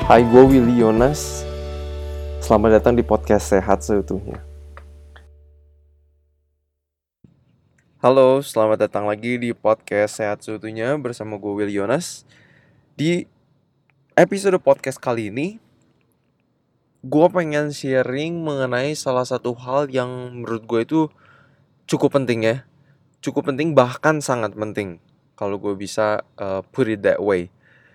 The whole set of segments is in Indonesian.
Hai, gue Willy Yonas. Selamat datang di podcast Sehat Seutuhnya. Halo, selamat datang lagi di podcast Sehat Seutuhnya bersama gue Willy Yonas. Di episode podcast kali ini, gue pengen sharing mengenai salah satu hal yang menurut gue itu cukup penting ya. Cukup penting, bahkan sangat penting, kalau gue bisa put it that way.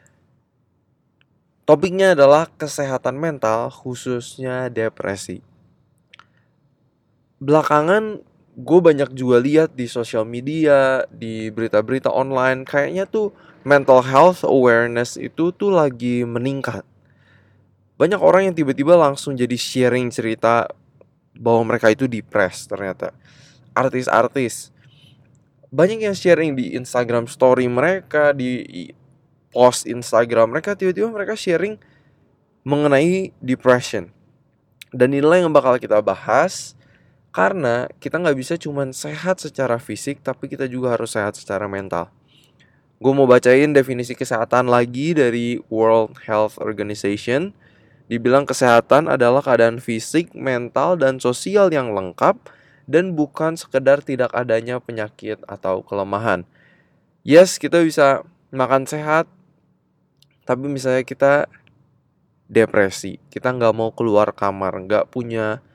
Topiknya adalah kesehatan mental, khususnya depresi. Belakangan gue banyak juga lihat di sosial media, di berita-berita online, kayaknya tuh mental health awareness itu tuh lagi meningkat. Banyak orang yang tiba-tiba langsung jadi sharing cerita bahwa mereka itu depressed ternyata. Artis-artis banyak yang sharing di Instagram story mereka, di post Instagram mereka, tiba-tiba mereka sharing mengenai depression. Dan inilah yang bakal kita bahas, karena kita gak bisa cuma sehat secara fisik, tapi kita juga harus sehat secara mental. Gue mau bacain definisi kesehatan lagi dari World Health Organization. Dibilang kesehatan adalah keadaan fisik, mental, dan sosial yang lengkap, dan bukan sekedar tidak adanya penyakit atau kelemahan. Yes, kita bisa makan sehat, tapi misalnya kita depresi, kita gak mau keluar kamar, gak punya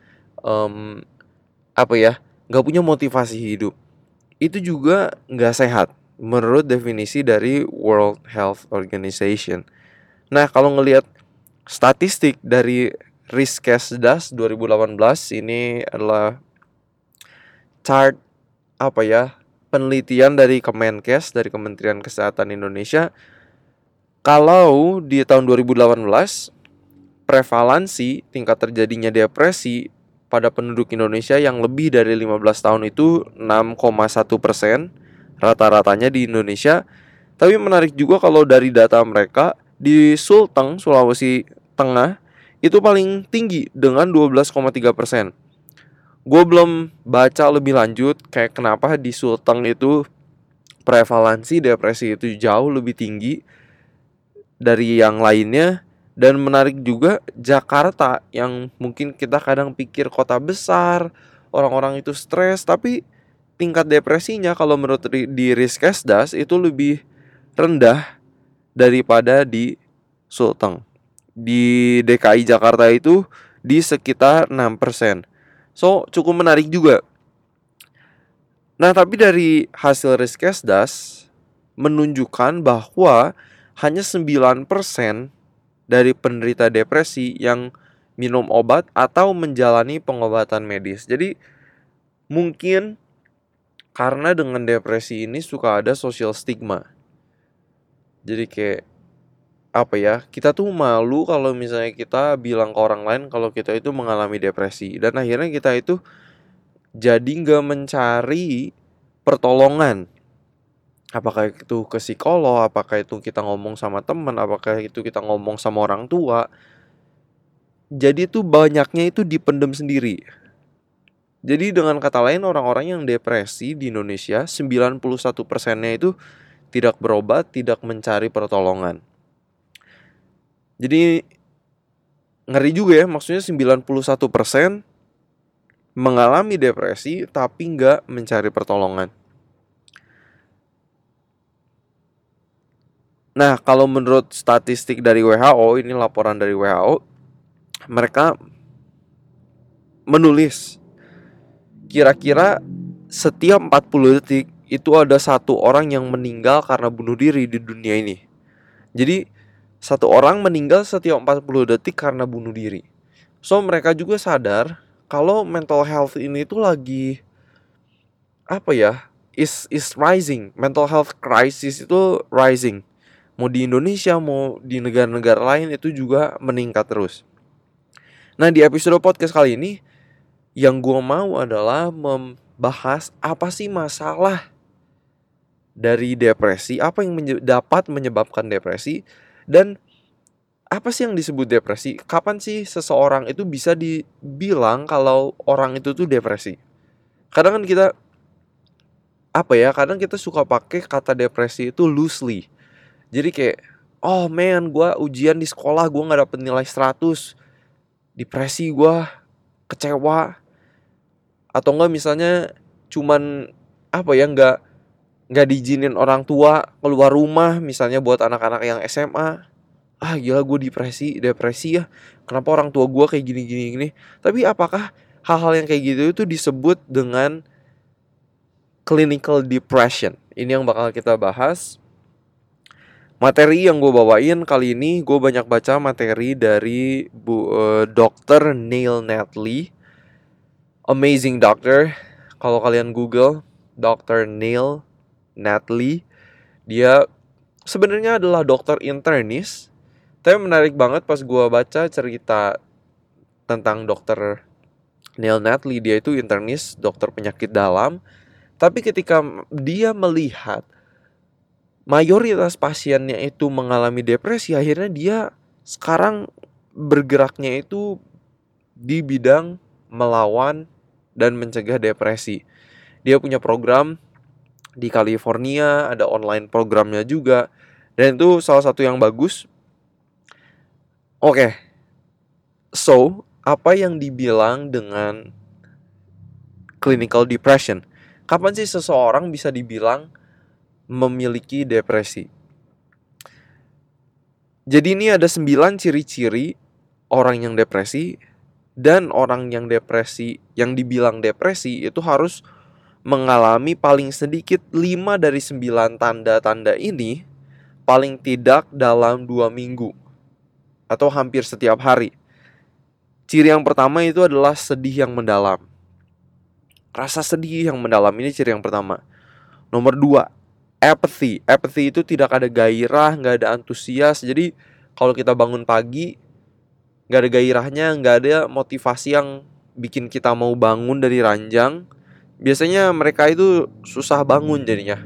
gak punya motivasi hidup, itu juga gak sehat menurut definisi dari World Health Organization. Nah, kalau ngelihat statistik dari Riskesdas 2018, ini adalah chart penelitian dari Kemenkes, dari Kementerian Kesehatan Indonesia. Kalau di tahun 2018 prevalensi tingkat terjadinya depresi pada penduduk Indonesia yang lebih dari 15 tahun itu 6,1% rata-ratanya di Indonesia. Tapi menarik juga kalau dari data mereka, di Sulteng, Sulawesi Tengah itu paling tinggi dengan 12,3%. Gue belum baca lebih lanjut kayak kenapa di Sulteng itu prevalensi depresi itu jauh lebih tinggi dari yang lainnya. Dan menarik juga Jakarta, yang mungkin kita kadang pikir kota besar, orang-orang itu stres, tapi tingkat depresinya kalau menurut di Riskesdas itu lebih rendah daripada di Sulteng. Di DKI Jakarta itu di sekitar 6%. So, cukup menarik juga. Nah, tapi dari hasil Riskesdas menunjukkan bahwa hanya 9% dari penderita depresi yang minum obat atau menjalani pengobatan medis. Jadi mungkin karena dengan depresi ini suka ada social stigma. Jadi kayak kita tuh malu kalau misalnya kita bilang ke orang lain kalau kita itu mengalami depresi. Dan akhirnya kita itu jadi gak mencari pertolongan. Apakah itu ke psikolog, apakah itu kita ngomong sama teman, apakah itu kita ngomong sama orang tua. Jadi tuh banyaknya itu dipendam sendiri. Jadi dengan kata lain, orang-orang yang depresi di Indonesia 91%-nya itu tidak berobat, tidak mencari pertolongan. Jadi ngeri juga ya, maksudnya 91% mengalami depresi tapi gak mencari pertolongan. Nah, kalau menurut statistik dari WHO, ini laporan dari WHO, mereka menulis kira-kira setiap 40 detik itu ada satu orang yang meninggal karena bunuh diri di dunia ini. Jadi satu orang meninggal setiap 40 detik karena bunuh diri. So mereka juga sadar kalau mental health ini tuh lagi is rising. Mental health crisis itu rising. Mau di Indonesia, mau di negara-negara lain itu juga meningkat terus. Nah, di episode podcast kali ini yang gue mau adalah membahas apa sih masalah dari depresi, apa yang dapat menyebabkan depresi, dan apa sih yang disebut depresi. Kapan sih seseorang itu bisa dibilang kalau orang itu tuh depresi. Kadang kan kita kadang kita suka pakai kata depresi itu loosely. Jadi kayak Oh man, gue ujian di sekolah gue gak dapet nilai 100. Depresi gue, kecewa. Atau enggak misalnya cuman nggak diizinin orang tua keluar rumah, misalnya buat anak-anak yang SMA. Gila, gue depresi ya. Kenapa orang tua gue kayak gini. Tapi apakah hal-hal yang kayak gitu itu disebut dengan clinical depression? Ini yang bakal kita bahas. Materi yang gue bawain kali ini, gue banyak baca materi dari Dr. Neil Natley. Amazing doctor. Kalau kalian Google Dr. Neil Natley, dia sebenarnya adalah dokter internis. Tapi menarik banget pas gue baca cerita tentang Dr. Neil Natley. Dia itu internis, dokter penyakit dalam. Tapi ketika dia melihat mayoritas pasiennya itu mengalami depresi, akhirnya dia sekarang bergeraknya itu di bidang melawan dan mencegah depresi. Dia punya program di California, ada online programnya juga, dan itu salah satu yang bagus. Oke. So, apa yang dibilang dengan clinical depression? Kapan sih seseorang bisa dibilang memiliki depresi? Jadi ini ada 9 ciri-ciri orang yang depresi. Dan orang yang depresi, yang dibilang depresi itu harus mengalami paling sedikit 5 dari 9 tanda-tanda ini paling tidak dalam 2 minggu atau hampir setiap hari. Ciri yang pertama itu adalah sedih yang mendalam. Rasa sedih yang mendalam ini ciri yang pertama. Nomor 2, apathy. Apathy itu tidak ada gairah, gak ada antusias. Jadi kalau kita bangun pagi gak ada gairahnya, gak ada motivasi yang bikin kita mau bangun dari ranjang. Biasanya mereka itu susah bangun jadinya.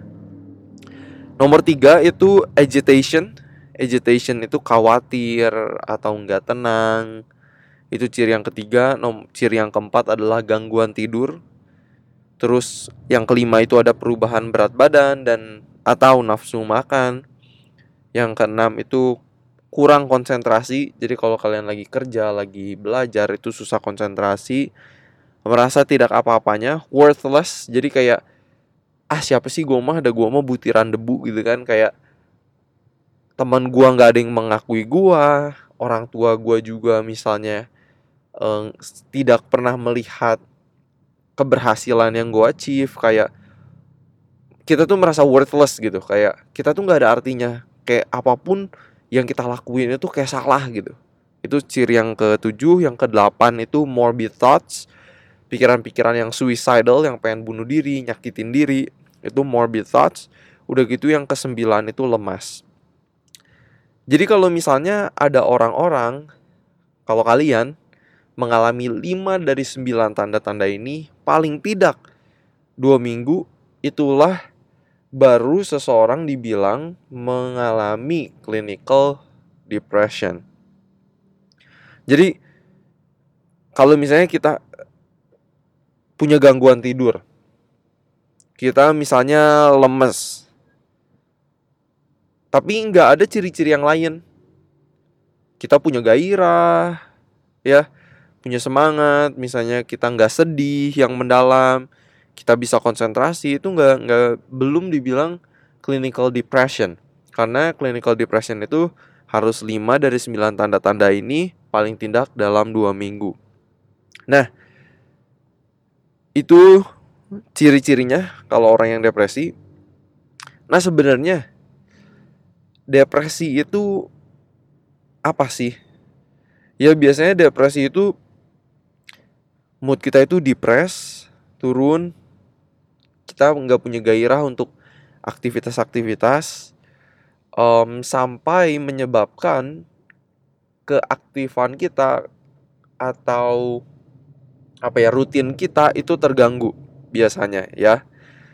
Nomor 3 itu agitation. Agitation itu khawatir atau gak tenang. Itu ciri yang ketiga. Ciri yang keempat adalah gangguan tidur. Terus yang kelima itu ada perubahan berat badan dan atau nafsu makan. Yang keenam itu kurang konsentrasi. Jadi kalau kalian lagi kerja, lagi belajar itu susah konsentrasi, merasa tidak apa-apanya, worthless. Jadi kayak siapa sih gue mah, ada gue mah butiran debu gitu kan. Kayak teman gue gak ada yang mengakui gue, orang tua gue juga misalnya tidak pernah melihat keberhasilan yang gue achieve. Kayak kita tuh merasa worthless gitu. Kayak kita tuh gak ada artinya. Kayak apapun yang kita lakuin itu kayak salah gitu. Itu ciri yang ke-7. Yang ke-8 itu morbid thoughts. Pikiran-pikiran yang suicidal, yang pengen bunuh diri, nyakitin diri. Itu morbid thoughts. Udah gitu yang ke-9 itu lemas. Jadi kalau misalnya ada orang-orang, kalau kalian mengalami 5 dari 9 tanda-tanda ini, paling tidak 2 minggu, itulah baru seseorang dibilang mengalami clinical depression. Jadi kalau misalnya kita punya gangguan tidur, kita misalnya lemes, tapi nggak ada ciri-ciri yang lain, kita punya gairah, ya, punya semangat, misalnya kita nggak sedih yang mendalam, kita bisa konsentrasi, itu belum dibilang clinical depression. Karena clinical depression itu harus 5 dari 9 tanda-tanda ini paling tidak dalam 2 minggu. Nah, itu ciri-cirinya kalau orang yang depresi. Nah, sebenarnya depresi itu apa sih? Ya biasanya depresi itu mood kita itu depres, turun, kita nggak punya gairah untuk aktivitas-aktivitas, sampai menyebabkan keaktifan kita atau rutin kita itu terganggu biasanya ya.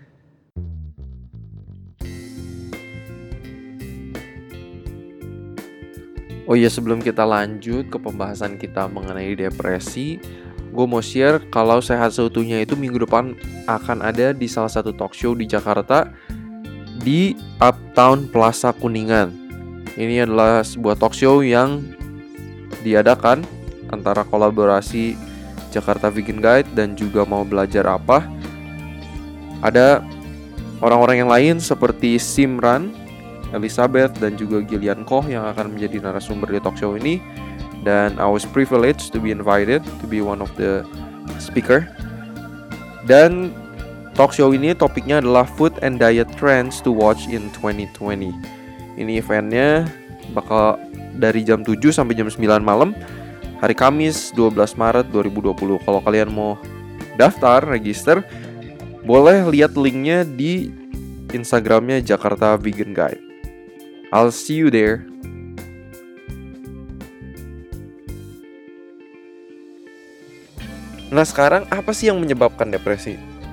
Oh iya, sebelum kita lanjut ke pembahasan kita mengenai depresi, gue mau share kalau Sehat Seutuhnya itu minggu depan akan ada di salah satu talk show di Jakarta, di Uptown Plaza Kuningan. Ini adalah sebuah talk show yang diadakan antara kolaborasi Jakarta Vegan Guide dan juga Mau Belajar Apa. Ada orang-orang yang lain seperti Simran, Elizabeth, dan juga Gillian Koh yang akan menjadi narasumber di talk show ini. Dan I was privileged to be invited to be one of the speaker. Dan talk show ini topiknya adalah Food and Diet Trends to Watch in 2020. Ini eventnya bakal dari jam 7 sampai jam 9 malam, hari Kamis 12 Maret 2020. Kalau kalian mau daftar, register, boleh lihat linknya di Instagramnya Jakarta Vegan Guide. I'll see you there. Nah, sekarang apa sih yang menyebabkan depresi?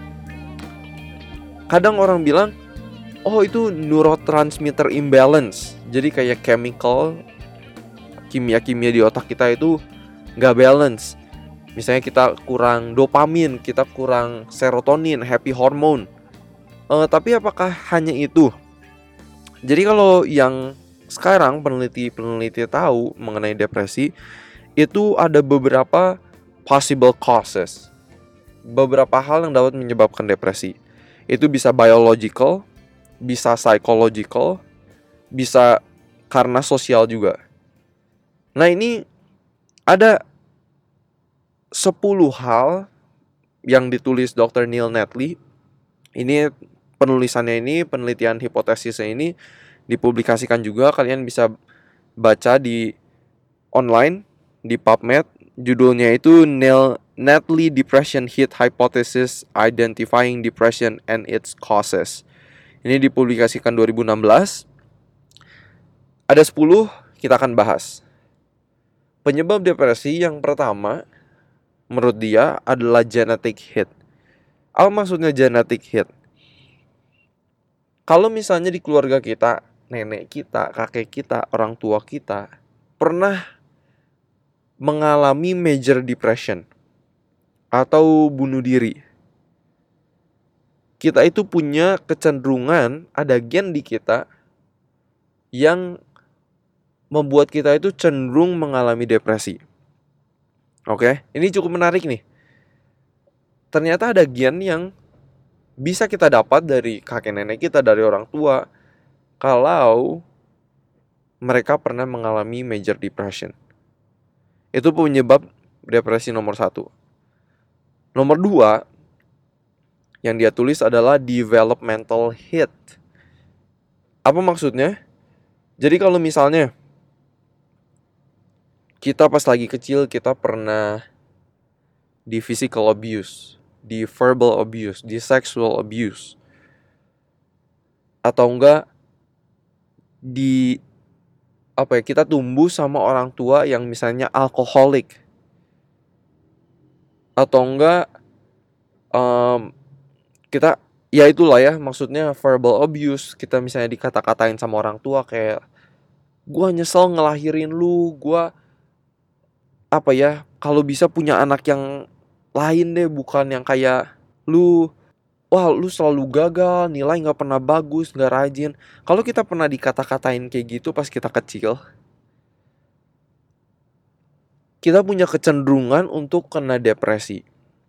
Kadang orang bilang, oh itu neurotransmitter imbalance. Jadi kayak chemical, kimia-kimia di otak kita itu gak balance. Misalnya kita kurang dopamin, kita kurang serotonin, happy hormone. Tapi apakah hanya itu? Jadi kalau yang sekarang peneliti tahu mengenai depresi, itu ada beberapa possible causes. Beberapa hal yang dapat menyebabkan depresi. Itu bisa biological, bisa psychological, bisa karena sosial juga. Nah, ini ada 10 hal yang ditulis Dr. Neil Netley. Ini penelitian hipotesisnya ini dipublikasikan juga. Kalian bisa baca di online, di PubMed. Judulnya itu Netley Depression Hit Hypothesis Identifying Depression and Its Causes. Ini dipublikasikan 2016. Ada 10, kita akan bahas. Penyebab depresi yang pertama menurut dia adalah genetic hit. Apa maksudnya genetic hit? Kalau misalnya di keluarga kita, nenek kita, kakek kita, orang tua kita pernah mengalami major depression atau bunuh diri, kita itu punya kecenderungan, ada gen di kita yang membuat kita itu cenderung mengalami depresi. Oke, ini cukup menarik nih. Ternyata ada gen yang bisa kita dapat dari kakek nenek kita, dari orang tua, kalau mereka pernah mengalami major depression. Itu penyebab depresi nomor 1. Nomor 2 yang dia tulis adalah developmental hit. Apa maksudnya? Jadi kalau misalnya kita pas lagi kecil kita pernah di physical abuse, di verbal abuse, di sexual abuse, atau enggak di kita tumbuh sama orang tua yang misalnya alkoholik, atau enggak kita, ya itulah ya, maksudnya verbal abuse. Kita misalnya dikata-katain sama orang tua kayak, gua nyesel ngelahirin lu, gua kalau bisa punya anak yang lain deh, bukan yang kayak lu. Wah, lu selalu gagal, nilai gak pernah bagus, gak rajin. Kalau kita pernah dikata-katain kayak gitu pas kita kecil, kita punya kecenderungan untuk kena depresi.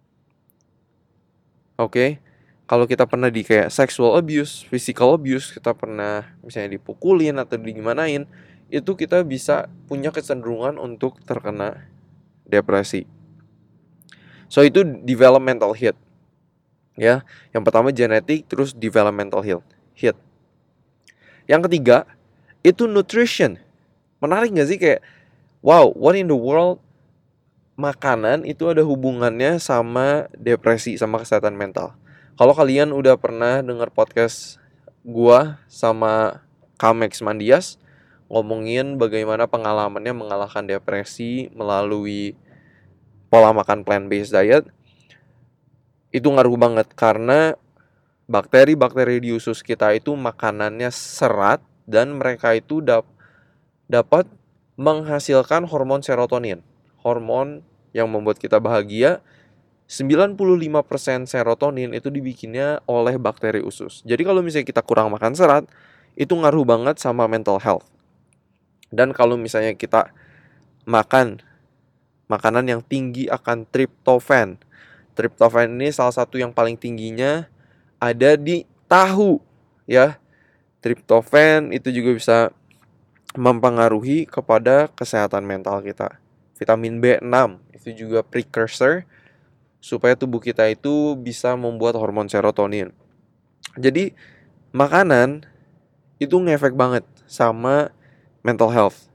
Oke? Kalau kita pernah di kayak sexual abuse, physical abuse, kita pernah misalnya dipukulin atau digimanain, itu kita bisa punya kecenderungan untuk terkena depresi. So itu developmental hit. Ya, yang pertama genetik, terus developmental hit. Yang ketiga itu nutrition. Menarik gak sih, kayak wow, what in the world, makanan itu ada hubungannya sama depresi, sama kesehatan mental. Kalau kalian udah pernah dengar podcast gua sama Kamex Mandias ngomongin bagaimana pengalamannya mengalahkan depresi melalui pola makan plant-based diet, itu ngaruh banget karena bakteri-bakteri di usus kita itu makanannya serat dan mereka itu dapat menghasilkan hormon serotonin. Hormon yang membuat kita bahagia. 95% serotonin itu dibikinnya oleh bakteri usus. Jadi kalau misalnya kita kurang makan serat, itu ngaruh banget sama mental health. Dan kalau misalnya kita makan makanan yang tinggi akan tryptophan. Tryptophan ini salah satu yang paling tingginya ada di tahu, ya. Tryptophan itu juga bisa mempengaruhi kepada kesehatan mental kita. Vitamin B6 itu juga precursor supaya tubuh kita itu bisa membuat hormon serotonin. Jadi makanan itu ngefek banget sama mental health.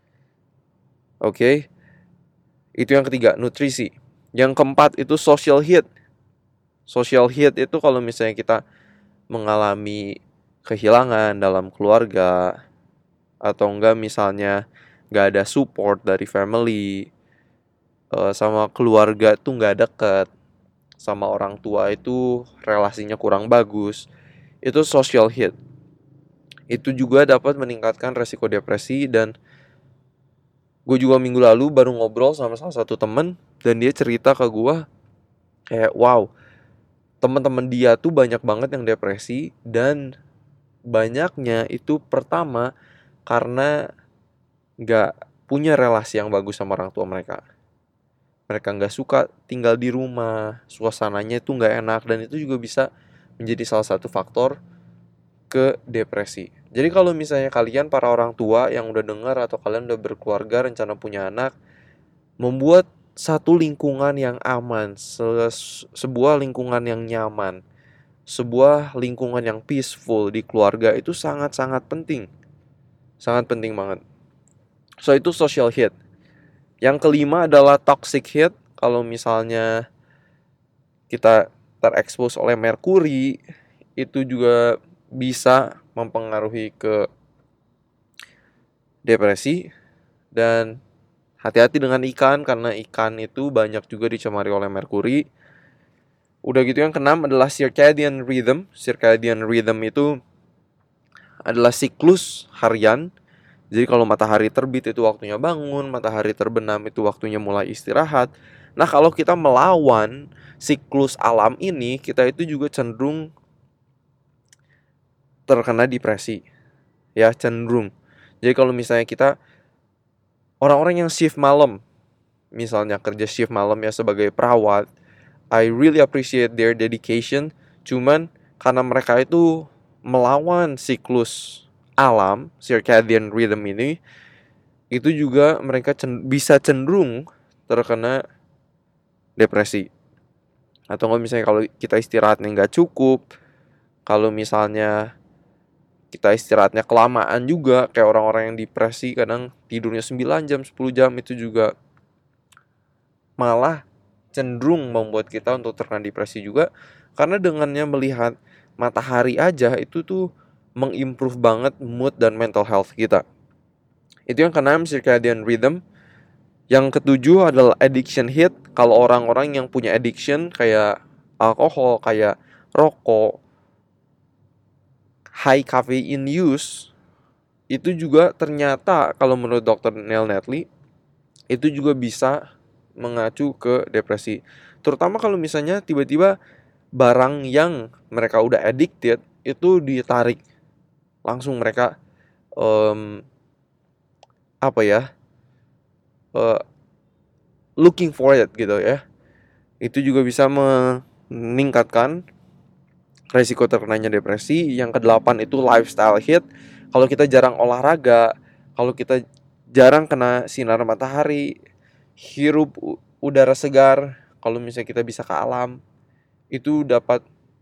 Oke. Itu yang ketiga, nutrisi. Yang keempat itu social hit. Social hit itu kalau misalnya kita mengalami kehilangan dalam keluarga, atau enggak misalnya enggak ada support dari family, sama keluarga tuh enggak deket, sama orang tua itu relasinya kurang bagus, itu social hit. Itu juga dapat meningkatkan resiko depresi. Dan gue juga minggu lalu baru ngobrol sama salah satu temen, dan dia cerita ke gue kayak wow, teman-teman dia tuh banyak banget yang depresi, dan banyaknya itu pertama karena nggak punya relasi yang bagus sama orang tua mereka. Mereka nggak suka tinggal di rumah, suasananya itu nggak enak, dan itu juga bisa menjadi salah satu faktor ke depresi. Jadi kalau misalnya kalian para orang tua yang udah dengar, atau kalian udah berkeluarga, rencana punya anak, membuat satu lingkungan yang aman, sebuah lingkungan yang nyaman, sebuah lingkungan yang peaceful di keluarga itu sangat-sangat penting. Sangat penting banget. So itu social hit. Yang kelima adalah toxic hit. Kalau misalnya kita terekspos oleh merkuri, itu juga bisa mempengaruhi ke depresi. Dan hati-hati dengan ikan, karena ikan itu banyak juga dicemari oleh merkuri. Udah gitu yang keenam adalah circadian rhythm. Circadian rhythm itu adalah siklus harian. Jadi kalau matahari terbit itu waktunya bangun, matahari terbenam itu waktunya mulai istirahat. Nah, kalau kita melawan siklus alam ini, kita itu juga cenderung terkena depresi. Ya, cenderung. Jadi kalau misalnya kita orang-orang yang shift malam, misalnya kerja shift malam ya sebagai perawat, I really appreciate their dedication. Cuman karena mereka itu melawan siklus alam, circadian rhythm ini, itu juga mereka bisa cenderung terkena depresi. Atau nggak misalnya kalau kita istirahatnya nggak cukup, kalau misalnya kita istirahatnya kelamaan juga, kayak orang-orang yang depresi kadang tidurnya 9 jam, 10 jam, itu juga malah cenderung membuat kita untuk terkena depresi juga. Karena dengannya melihat matahari aja itu tuh mengimprove banget mood dan mental health kita. Itu yang keenam, circadian rhythm. Yang ketujuh adalah addiction hit. Kalau orang-orang yang punya addiction kayak alkohol, kayak rokok, high caffeine use, itu juga ternyata kalau menurut Dr. Neil Netley itu juga bisa mengacu ke depresi. Terutama kalau misalnya tiba-tiba barang yang mereka udah addicted itu ditarik, langsung mereka looking for it gitu ya. Itu juga bisa meningkatkan resiko terkenanya depresi. Yang kedelapan itu lifestyle hit. Kalau kita jarang olahraga, kalau kita jarang kena sinar matahari, hirup udara segar, kalau misalnya kita bisa ke alam, itu dapat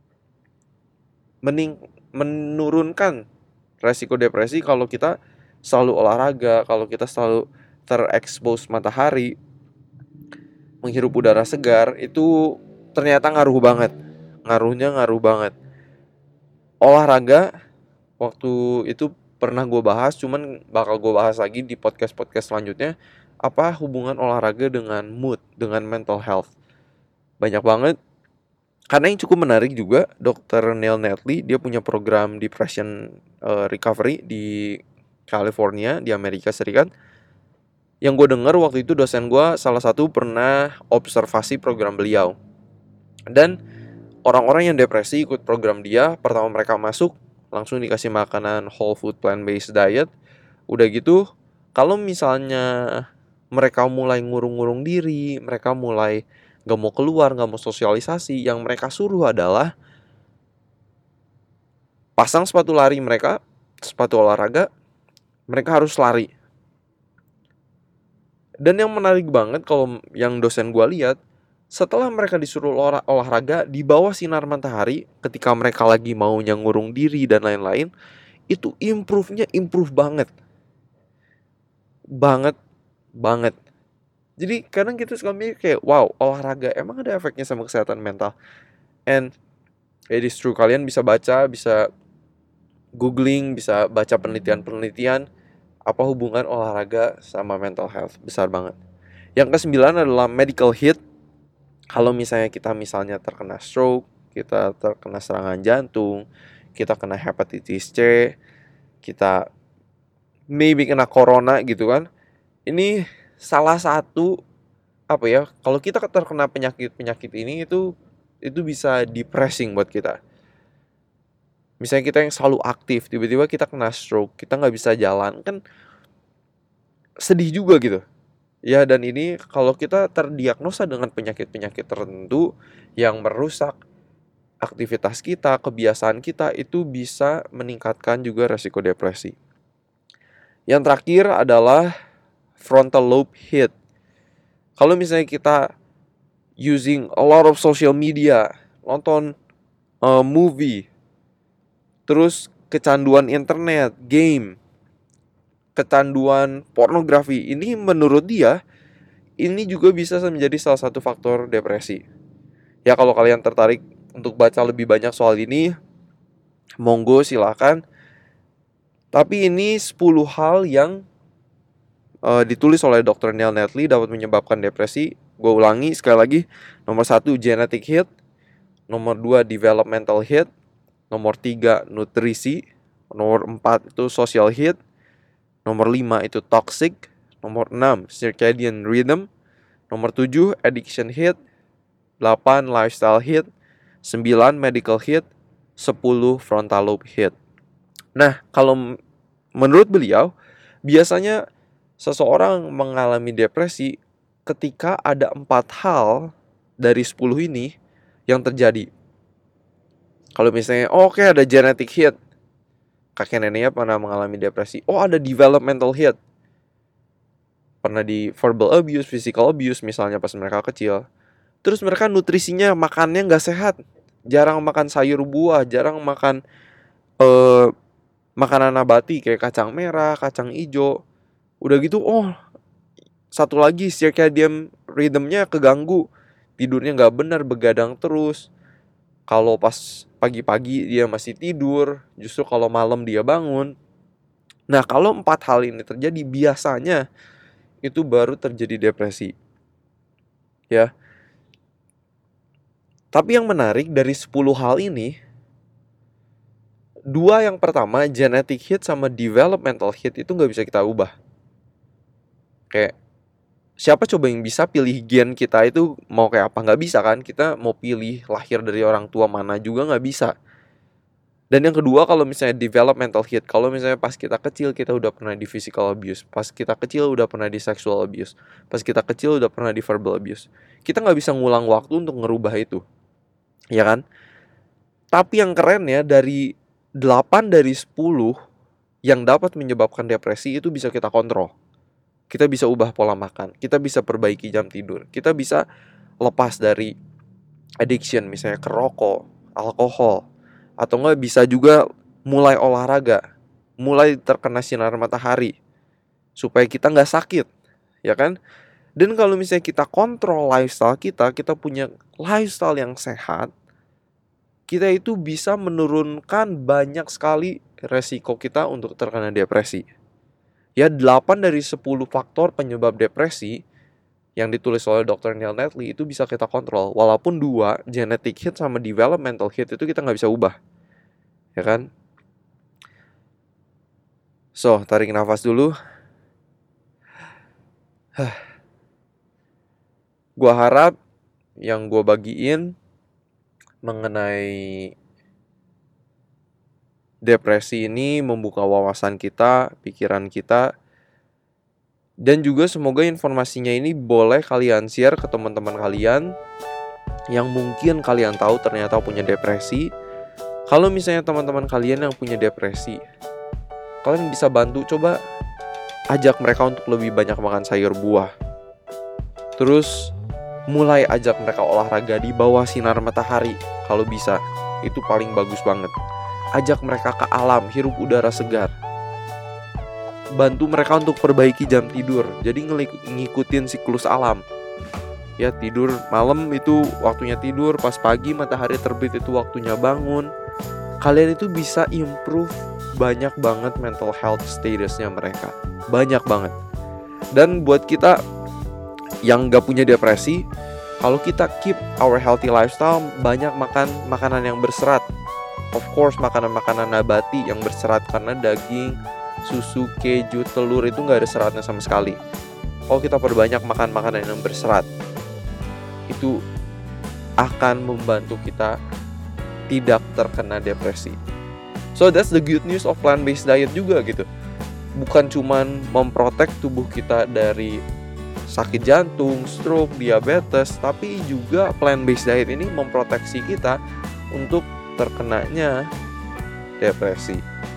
menurunkan resiko depresi. Kalau kita selalu olahraga, kalau kita selalu terekspos matahari, menghirup udara segar, itu ternyata ngaruh banget. Ngaruh banget. Olahraga waktu itu pernah gue bahas, cuman bakal gue bahas lagi di podcast-podcast selanjutnya. Apa hubungan olahraga dengan mood, dengan mental health. Banyak banget. Karena yang cukup menarik juga, Dr. Neil Netley, dia punya program depression recovery di California, di Amerika Serikat. Yang gue dengar waktu itu dosen gue salah satu pernah observasi program beliau. Dan orang-orang yang depresi ikut program dia, pertama mereka masuk langsung dikasih makanan whole food plant based diet. Udah gitu Kalau misalnya mereka mulai ngurung-ngurung diri, mereka mulai gak mau keluar, gak mau sosialisasi, yang mereka suruh adalah pasang sepatu lari mereka, sepatu olahraga, mereka harus lari. Dan yang menarik banget kalau yang dosen gue lihat, setelah mereka disuruh olahraga di bawah sinar matahari, ketika mereka lagi mau ngurung diri dan lain-lain, itu improve banget. Banget. Jadi kadang kita suka mikir kayak, wow, olahraga emang ada efeknya sama kesehatan mental. And it is true, kalian bisa baca, bisa googling, bisa baca penelitian-penelitian apa hubungan olahraga sama mental health. Besar banget. Yang kesembilan adalah medical hit. Kalau misalnya kita terkena stroke, kita terkena serangan jantung, kita kena hepatitis C, kita maybe kena corona gitu kan. Ini salah satu kalau kita terkena penyakit ini itu bisa depressing buat kita. Misalnya kita yang selalu aktif, tiba-tiba kita kena stroke, kita nggak bisa jalan, kan sedih juga gitu. Ya, dan ini kalau kita terdiagnosa dengan penyakit-penyakit tertentu yang merusak aktivitas kita, kebiasaan kita, itu bisa meningkatkan juga resiko depresi. Yang terakhir adalah frontal lobe hit. Kalau misalnya kita using a lot of social media, nonton movie, terus kecanduan internet, game, kecanduan pornografi, ini menurut dia ini juga bisa menjadi salah satu faktor depresi. Ya, kalau kalian tertarik untuk baca lebih banyak soal ini, monggo silakan. Tapi ini 10 hal yang ditulis oleh Dr. Neil Netley dapat menyebabkan depresi. Gue ulangi sekali lagi. Nomor 1, genetic hit. Nomor 2, developmental hit. Nomor 3, nutrisi. Nomor 4 itu social hit. Nomor 5 itu toxic. Nomor 6, circadian rhythm. Nomor 7, addiction hit. 8, lifestyle hit. 9, medical hit. 10, frontal lobe hit. Nah, kalau menurut beliau, biasanya seseorang mengalami depresi ketika ada 4 hal dari 10 ini yang terjadi. Kalau misalnya, oke, ada genetic hit, kakek neneknya pernah mengalami depresi. Oh, ada developmental hit, pernah di verbal abuse, physical abuse misalnya pas mereka kecil. Terus mereka nutrisinya, makannya gak sehat, jarang makan sayur buah, jarang makan makanan nabati kayak kacang merah, kacang hijau. Udah gitu, satu lagi, circadian rhythmnya keganggu, tidurnya gak benar, begadang terus. Kalau pas pagi-pagi dia masih tidur, justru kalau malam dia bangun. Nah, kalau 4 hal ini terjadi, biasanya itu baru terjadi depresi. Ya. Tapi yang menarik dari 10 hal ini, 2 yang pertama, genetic hit sama developmental hit, itu gak bisa kita ubah. Kayak, siapa coba yang bisa pilih gen kita itu mau kayak apa? Gak bisa kan? Kita mau pilih lahir dari orang tua mana juga gak bisa. Dan yang kedua, kalau misalnya developmental hit, kalau misalnya pas kita kecil kita udah pernah di physical abuse, pas kita kecil udah pernah di sexual abuse, pas kita kecil udah pernah di verbal abuse, kita gak bisa ngulang waktu untuk ngerubah itu. Ya kan? Tapi yang keren ya, dari 8 dari 10 yang dapat menyebabkan depresi itu bisa kita kontrol. Kita bisa ubah pola makan, kita bisa perbaiki jam tidur, kita bisa lepas dari addiction, misalnya ke rokok, alkohol, atau enggak bisa juga mulai olahraga, mulai terkena sinar matahari, supaya kita nggak sakit, ya kan? Dan kalau misalnya kita kontrol lifestyle kita punya lifestyle yang sehat, kita itu bisa menurunkan banyak sekali resiko kita untuk terkena depresi. Ya, 8 dari 10 faktor penyebab depresi yang ditulis oleh Dr. Neil Netley itu bisa kita kontrol. Walaupun 2, genetic hit sama developmental hit, itu kita gak bisa ubah. Ya kan? So, tarik nafas dulu. Gua harap yang gua bagiin mengenai depresi ini membuka wawasan kita, pikiran kita, Dan juga semoga informasinya ini boleh kalian share ke teman-teman kalian yang mungkin kalian tahu ternyata punya depresi. Kalau misalnya teman-teman kalian yang punya depresi, kalian bisa bantu, coba ajak mereka untuk lebih banyak makan sayur buah. Terus mulai ajak mereka olahraga di bawah sinar matahari kalau bisa. Itu paling bagus banget. Ajak mereka ke alam, hirup udara segar. Bantu mereka untuk perbaiki jam tidur. Jadi ngikutin siklus alam. Ya, tidur malam itu waktunya tidur, pas pagi matahari terbit itu waktunya bangun. Kalian itu bisa improve banyak banget mental health statusnya mereka. Banyak banget. Dan buat kita yang gak punya depresi, kalau kita keep our healthy lifestyle, banyak makan makanan yang berserat. Of course makanan-makanan nabati yang berserat, karena daging, susu, keju, telur itu gak ada seratnya sama sekali. Kalau kita perbanyak makan makanan yang berserat, itu akan membantu kita tidak terkena depresi. So that's the good news of plant-based diet juga gitu. Bukan cuman memprotek tubuh kita dari sakit jantung, stroke, diabetes, tapi juga plant-based diet ini memproteksi kita untuk terkenanya depresi.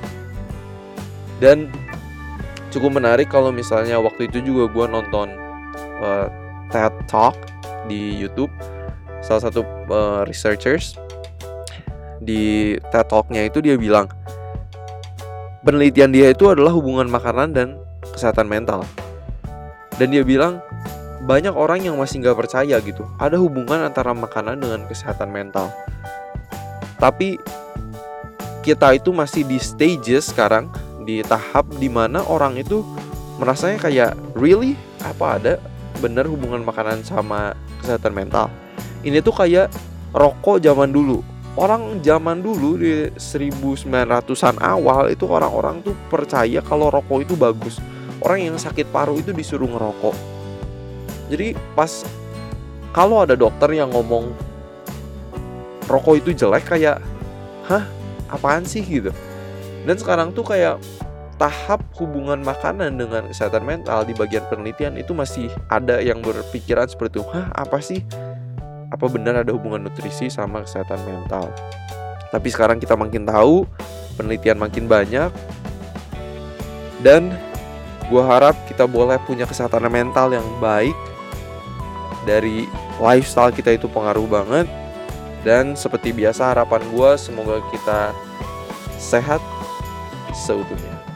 Dan cukup menarik kalau misalnya waktu itu juga gue nonton TED Talk di YouTube. Salah satu researchers di TED Talk-nya itu dia bilang penelitian dia itu adalah hubungan makanan dan kesehatan mental. Dan dia bilang banyak orang yang masih gak percaya gitu ada hubungan antara makanan dengan kesehatan mental. Tapi kita itu masih di stages sekarang, di tahap dimana orang itu merasanya kayak really? Apa ada bener hubungan makanan sama kesehatan mental? Ini tuh kayak rokok zaman dulu. Orang zaman dulu di 1900-an awal itu orang-orang tuh percaya kalau rokok itu bagus. Orang yang sakit paru itu disuruh ngerokok. Jadi pas kalau ada dokter yang ngomong rokok itu jelek, kayak hah? Apaan sih gitu. Dan sekarang tuh kayak tahap hubungan makanan dengan kesehatan mental di bagian penelitian itu masih ada yang berpikiran seperti itu. Hah, apa sih? Apa benar ada hubungan nutrisi sama kesehatan mental? Tapi sekarang kita makin tahu, penelitian makin banyak, dan gue harap kita boleh punya kesehatan mental yang baik. Dari lifestyle kita itu pengaruh banget. Dan seperti biasa harapan gue semoga kita sehat seutuhnya.